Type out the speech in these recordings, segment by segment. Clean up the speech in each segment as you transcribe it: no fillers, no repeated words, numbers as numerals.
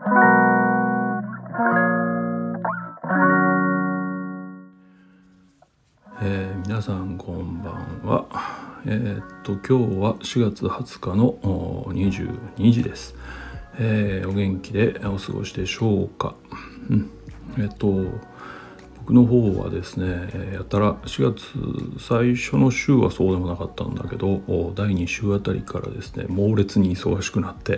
皆さんこんばんは。今日は4月20日の22時です。お元気でお過ごしでしょうか。僕の方はですね、やたら4月最初の週はそうでもなかったんだけど、第2週あたりからですね、猛烈に忙しくなって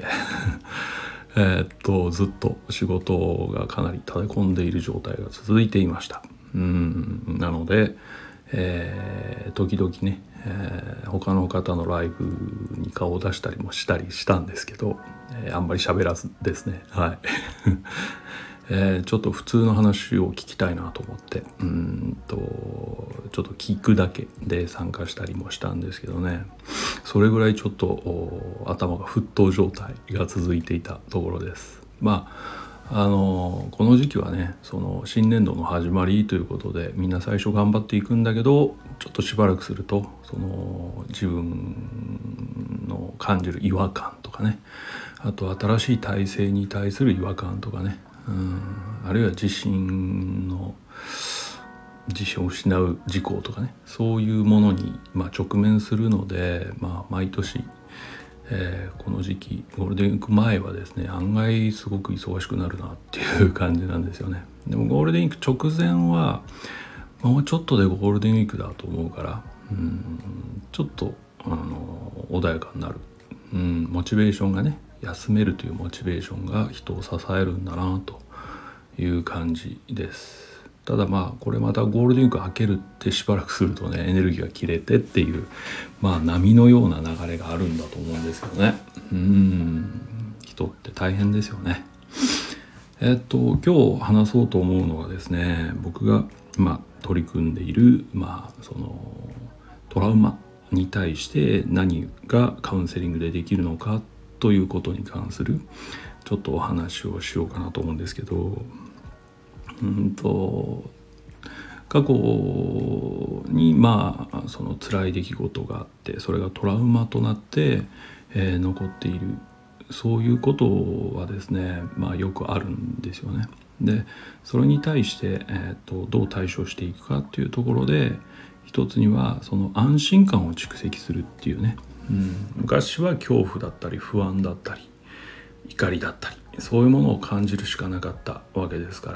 ずっと仕事がかなり立て込んでいる状態が続いていました。なので、時々ね、他の方のライブに顔を出したりもしたりしたんですけど、あんまり喋らずですね、ちょっと普通の話を聞きたいなと思ってちょっと聞くだけで参加したりもしたんですけどね、それぐらいちょっと頭が沸騰状態が続いていたところです。この時期はね、その新年度の始まりということでみんな最初頑張っていくんだけど、ちょっとしばらくするとその自分の感じる違和感とかね、あと新しい体制に対する違和感とかね、あるいは自信を失う事項とかね、そういうものに直面するので、毎年この時期ゴールデンウィーク前はですね、案外すごく忙しくなるなっていう感じなんですよね。でもゴールデンウィーク直前はもうちょっとでゴールデンウィークだと思うから、ちょっと穏やかになる、モチベーションがね、休めるというモチベーションが人を支えるんだなという感じです。ただこれまたゴールデンウィーク明けるってしばらくするとね、エネルギーが切れてっていう波のような流れがあるんだと思うんですけどね。人って大変ですよね。今日話そうと思うのはですね、僕が取り組んでいるそのトラウマに対して何がカウンセリングでできるのかということに関するちょっとお話をしようかなと思うんですけど、過去にその辛い出来事があって、それがトラウマとなって、残っている、そういうことはですね、よくあるんですよね。でそれに対して、どう対処していくかっていうところで、一つにはその安心感を蓄積するっていうね、昔は恐怖だったり不安だったり怒りだったり、そういうものを感じるしかなかったわけですから、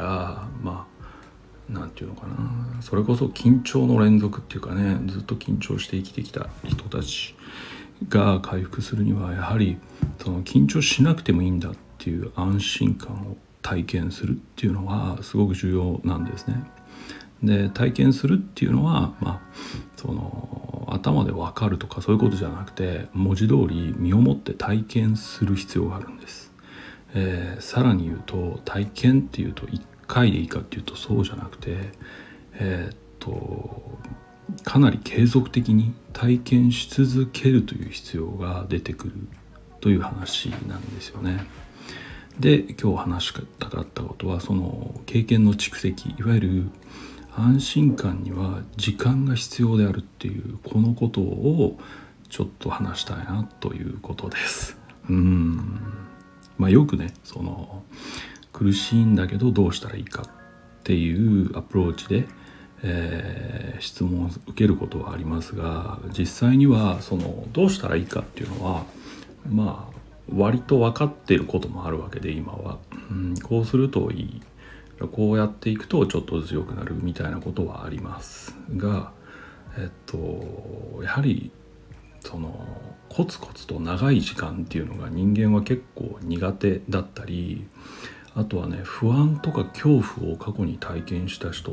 なんていうのかな、それこそ緊張の連続っていうかね、ずっと緊張して生きてきた人たちが回復するには、やはりその緊張しなくてもいいんだっていう安心感を体験するっていうのはすごく重要なんですね。で体験するっていうのは、その頭で分かるとかそういうことじゃなくて、文字通り身をもって体験する必要があるんです。さらに言うと、体験っていうと1回でいいかっていうとそうじゃなくて、かなり継続的に体験し続けるという必要が出てくるという話なんですよね。で今日話したかったことは、その経験の蓄積、いわゆる安心感には時間が必要であるっていう、このことをちょっと話したいなということです。よくね、その苦しいんだけどどうしたらいいかっていうアプローチで、質問を受けることはありますが、実際にはそのどうしたらいいかっていうのは割と分かっていることもあるわけで、今は、こうするといい、こうやっていくとちょっとずつ良くなるみたいなことはありますが、やはりそのコツコツと長い時間っていうのが人間は結構苦手だったり、あとはね、不安とか恐怖を過去に体験した人って、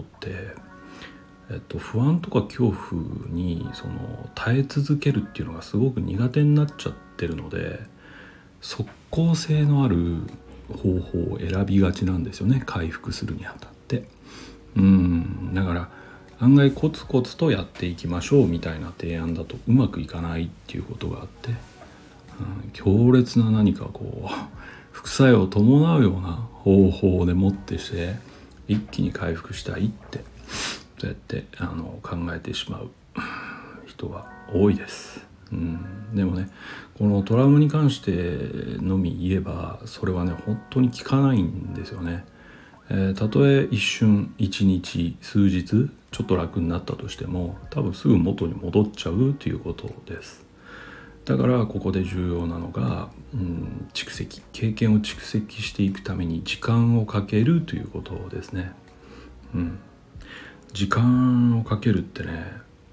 不安とか恐怖にその耐え続けるっていうのがすごく苦手になっちゃってるので、即効性のある方法を選びがちなんですよね、回復するにあたって。だから案外コツコツとやっていきましょうみたいな提案だとうまくいかないっていうことがあって、強烈な何かこう副作用を伴うような方法でもってして一気に回復したいって、そうやって考えてしまう人が多いです。 でもね、このトラウマに関してのみ言えばそれはね本当に効かないんですよね。たとえ一瞬一日数日ちょっと楽になったとしても多分すぐ元に戻っちゃうということです。だからここで重要なのが、蓄積、経験を蓄積していくために時間をかけるということですね。時間をかけるってね、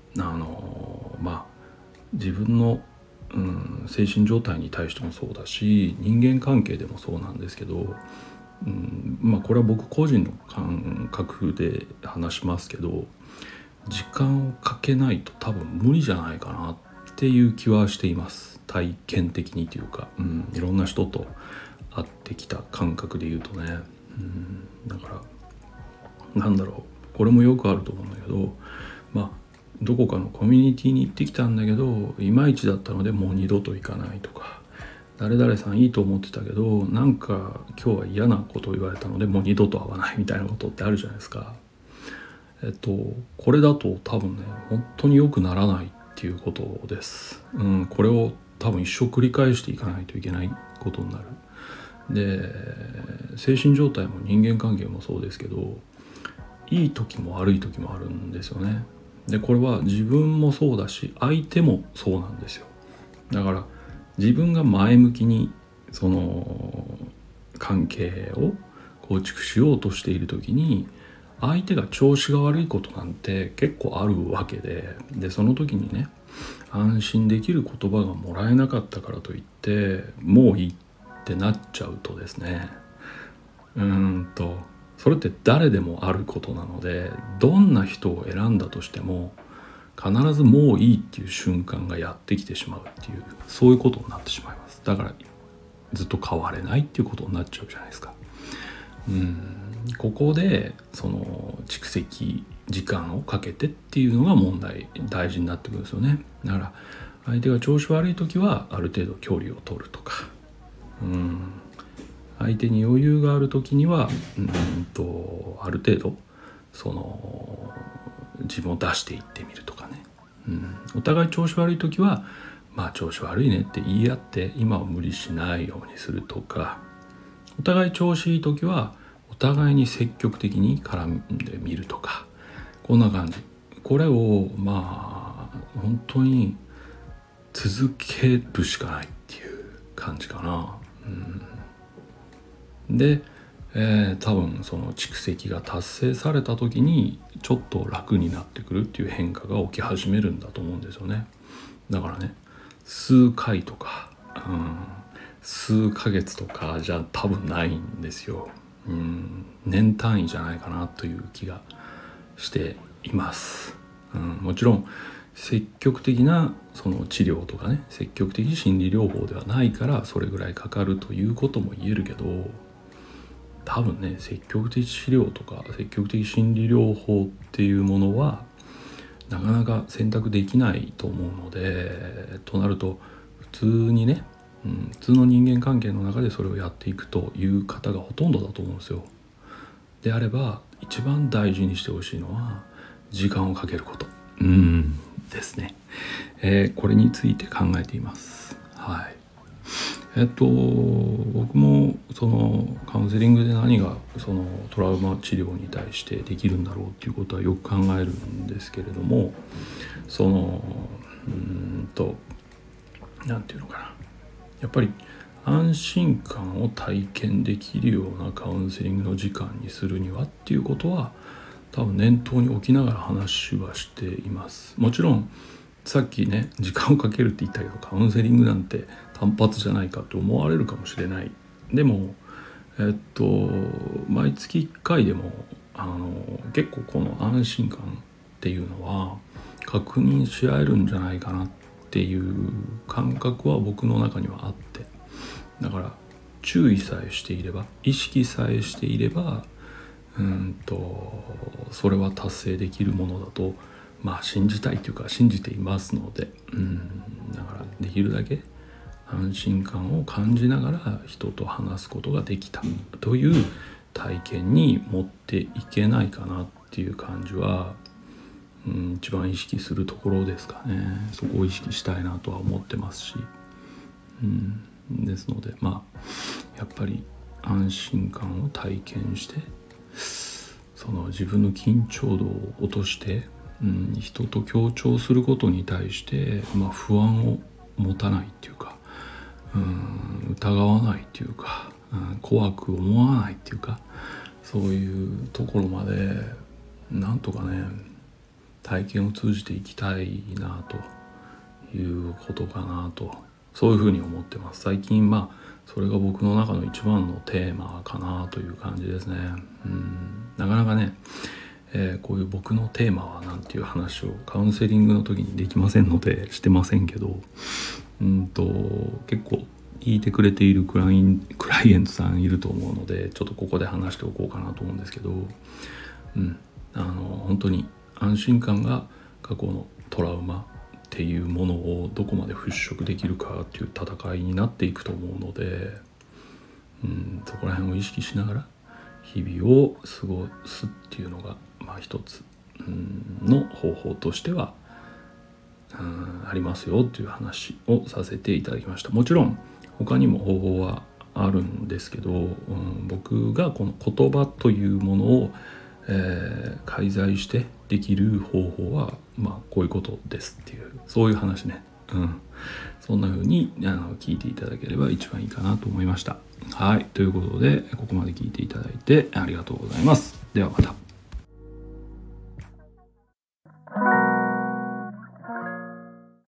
自分の、精神状態に対してもそうだし人間関係でもそうなんですけど、これは僕個人の感覚で話しますけど、時間をかけないと多分無理じゃないかなっていう気はしています。体験的にというか、いろんな人と会ってきた感覚で言うとね、だからこれもよくあると思うんだけど、どこかのコミュニティに行ってきたんだけどいまいちだったのでもう二度と行かないとか、誰々さんいいと思ってたけどなんか今日は嫌なことを言われたのでもう二度と会わないみたいなことってあるじゃないですか。これだと多分ね本当に良くならないっていうことです。これを多分一生繰り返していかないといけないことになる。で、精神状態も人間関係もそうですけど、いい時も悪い時もあるんですよね。でこれは自分もそうだし相手もそうなんですよ。だから自分が前向きにその関係を構築しようとしている時に相手が調子が悪いことなんて結構あるわけで、その時にね安心できる言葉がもらえなかったからといってもういいってなっちゃうとですね、それって誰でもあることなので、どんな人を選んだとしても必ずもういいっていう瞬間がやってきてしまうっていう、そういうことになってしまいます。だからずっと変われないっていうことになっちゃうじゃないですか。ここでその蓄積時間をかけてっていうのが大事になってくるんですよね。だから相手が調子悪い時はある程度距離を取るとか、相手に余裕がある時にはある程度その自分を出していってみるとかね、お互い調子悪い時は調子悪いねって言い合って今は無理しないようにするとか、お互い調子いい時はお互いに積極的に絡んでみるとか、こんな感じ。これを本当に続けるしかないっていう感じかな。で、多分その蓄積が達成された時にちょっと楽になってくるっていう変化が起き始めるんだと思うんですよね。だからね、数回とか、数ヶ月とかじゃ多分ないんですよ。年単位じゃないかなという気がしています。もちろん積極的なその治療とかね、積極的心理療法ではないからそれぐらいかかるということも言えるけど、多分ね積極的治療とか積極的心理療法っていうものはなかなか選択できないと思うので、となると普通にね、普通の人間関係の中でそれをやっていくという方がほとんどだと思うんですよ。であれば一番大事にしてほしいのは時間をかけることですね。これについて考えています。僕もそのカウンセリングで何がそのトラウマ治療に対してできるんだろうっていうことはよく考えるんですけれども、そのなんていうのかな、やっぱり安心感を体験できるようなカウンセリングの時間にするにはっていうことは多分念頭に置きながら話はしています。もちろんさっきね時間をかけるって言ったけどカウンセリングなんて単発じゃないかと思われるかもしれない。でも毎月1回でも結構この安心感っていうのは確認し合えるんじゃないかなっていう感覚は僕の中にはあって、だから注意さえしていれば意識さえしていればそれは達成できるものだと信じたいというか信じていますので、だからできるだけ安心感を感じながら人と話すことができたという体験に持っていけないかなっていう感じは一番意識するところですかね。そこを意識したいなとは思ってますし、ですのでやっぱり安心感を体験して、その自分の緊張度を落として、人と協調することに対して、不安を持たないっていうか、疑わないっていうか、怖く思わないっていうか、そういうところまでなんとかね体験を通じていきたいなということかなと、そういうふうに思ってます。最近それが僕の中の一番のテーマかなという感じですね。なかなかね、こういう僕のテーマはなんていう話をカウンセリングの時にできませんのでしてませんけど、結構聞いてくれているクライエントさんいると思うので、ちょっとここで話しておこうかなと思うんですけど、本当に安心感が過去のトラウマっていうものをどこまで払拭できるかっていう戦いになっていくと思うので、そこら辺を意識しながら日々を過ごすっていうのが一つの方法としてはありますよという話をさせていただきました。もちろん他にも方法はあるんですけど、僕がこの言葉というものを、介在してできる方法はこういうことですっていう、そういう話ね。そんな風に聞いていただければ一番いいかなと思いました。はい、ということでここまで聞いていただいてありがとうございます。ではまた。